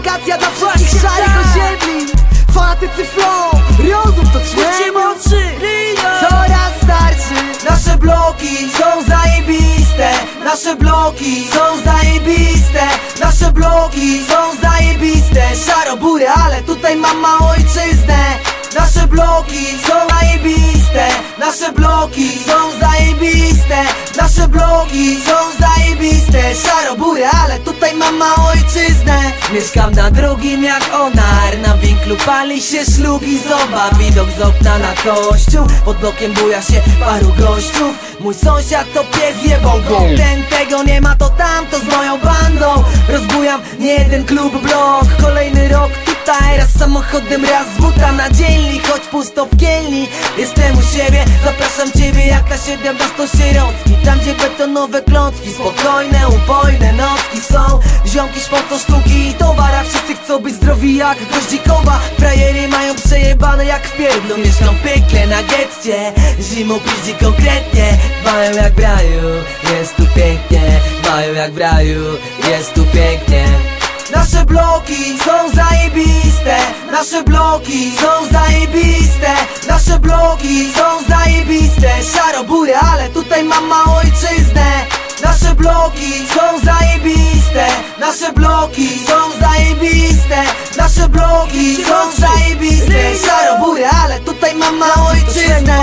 Dedykacja dla wszystkich szarych osiedli. Fanatycy flow, rozum to coraz starszy. Nasze bloki są zajebiste. Nasze bloki są zajebiste. Nasze bloki są zajebiste. Szaro-bury, ale tutaj mam małą ojczyznę. Nasze bloki są zajebiste. Nasze bloki są zajebiste. Nasze bloki są zajebiste. Szaro-bury, ale tutaj mam małą ojczyznę. Mieszkam na drugim jak onar. Na winklu pali się szlug i zoba. Widok z okna na kościół. Pod blokiem buja się paru gościów. Mój sąsiad to pies jebał go. Ten tego nie ma, to tamto z moją bandą. Rozbujam nie jeden klub, blok. Kolejny rok tutaj, raz samochodem, raz z buta na dzielni. Choć pusto w Kielni, jestem u siebie. Zapraszam ciebie jak na 17 sierocki. Tam gdzie betonowe klocki, spokojne, upojne nocki są. Ziomki szpocą sztuki i towara. Wszyscy chcą być zdrowi jak Goździkowa. Frajery mają przejebane jak w pierdlu. Mieszkam w piekle na getcie. Zimą piździ konkretnie. Dbają jak w raju, jest tu pięknie. Dbają jak w raju, jest tu pięknie. Nasze bloki są zajebiste. Nasze bloki są zajebiste. Nasze bloki są zajebiste. Szaro-bury, ale tutaj mam małą ojczyznę. Nasze bloki są zajebiste. Nasze bloki są zajebiste. Nasze bloki są zajebiste. Szaro-bury, ale tutaj mam małą ojczyznę.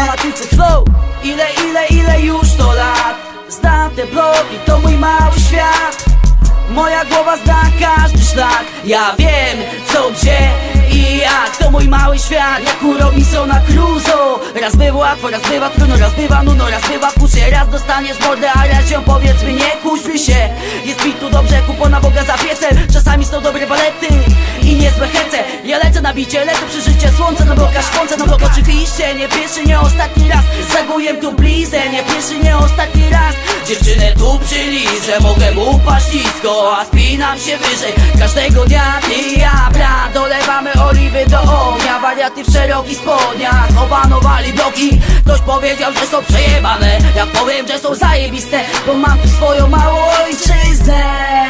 Ile już to lat. Znam te bloki, to mój mały świat. Moja głowa zna każdy szlak. Ja wiem co, gdzie i jak. To mój mały świat, jak u Robinsona Crusoe. Raz bywa łatwo, raz bywa trudno, raz bywa nudno, raz bywa kusie. Raz dostaniesz mordę, a raz ją powiedzmy nie kuśmy się. Jest mi tu dobrze, kupona Boga za piecem. Czasami są dobre balety i niezłe hece. Ja lecę na bicie, lecę przy życie. Słońce na blokach, szponce na blok. Oczywiście nie pierwszy, nie ostatni raz. Zaguję tu blizę, nie pierwszy, nie ostatni raz. Dziewczynę tu przyliżę, mogę mu upaść nisko, a spinam się wyżej. Każdego dnia ty i ja, brat, dolewamy oliwy do ognia. Wariaty w szerokich spodniach opanowali bloki. Ktoś powiedział, że są przejebane. Ja powiem, że są zajebiste, bo mam tu swoją małą ojczyznę.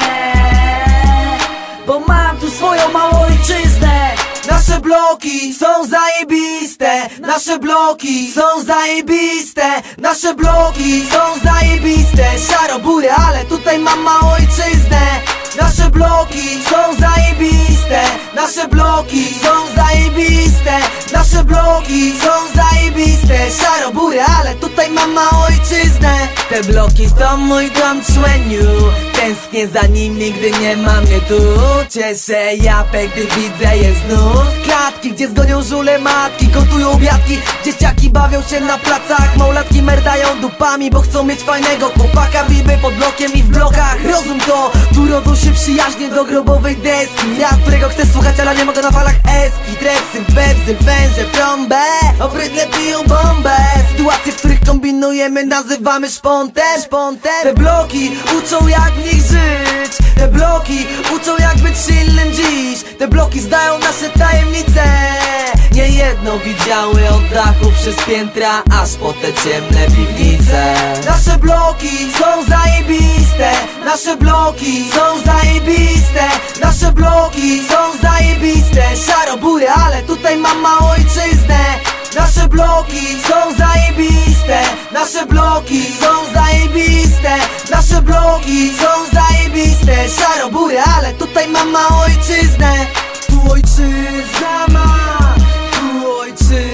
Bo mam tu swoją małą ojczyznę. Nasze bloki są zajebiste. Nasze bloki są zajebiste. Nasze bloki są zajebiste. Szaro-bury, ale tutaj mam małą ojczyznę. Nasze bloki są zajebiste. Nasze bloki są zajebiste. Nasze bloki są zajebiste. Szaro-bury, ale tutaj mam małą ojczyznę. Te bloki to mój dom, człeniu. Tęsknię za nimi, gdy nie mam mnie tu. Cieszę japę, gdy widzę je znów. Klatki, gdzie zgonią żule matki, gotują obiadki. Dzieciaki bawią się na placach. Małolatki merdają dupami, bo chcą mieć fajnego chłopaka. Biby pod blokiem i w blokach. Rozum to, tu rodzą się przyjaźnie do grobowej deski. Ja, którego chcę słuchać, ale nie mogę na falach eski. Trepsy, bebzy, węże, trąbę. Obrydle piją bombę. Sytuacje, w których kombinujemy, nazywamy szpontem. Te bloki uczą jak w nich żyć. Te bloki uczą jak być silnym dziś. Te bloki zdają nasze tajemnice. Niejedno widziały od dachu przez piętra, aż po te ciemne piwnice. Nasze bloki są zajebiste. Nasze bloki są zajebiste. Nasze bloki są zajebiste. Szaro-bury, ale tutaj mam małą ojczyznę. Nasze bloki są zajebiste. Nasze bloki są zajebiste. Nasze bloki są zajebiste. Szaro-bury, ale tutaj mam małą ojczyznę. Tu ojczyzna ma, tu ojczyzna.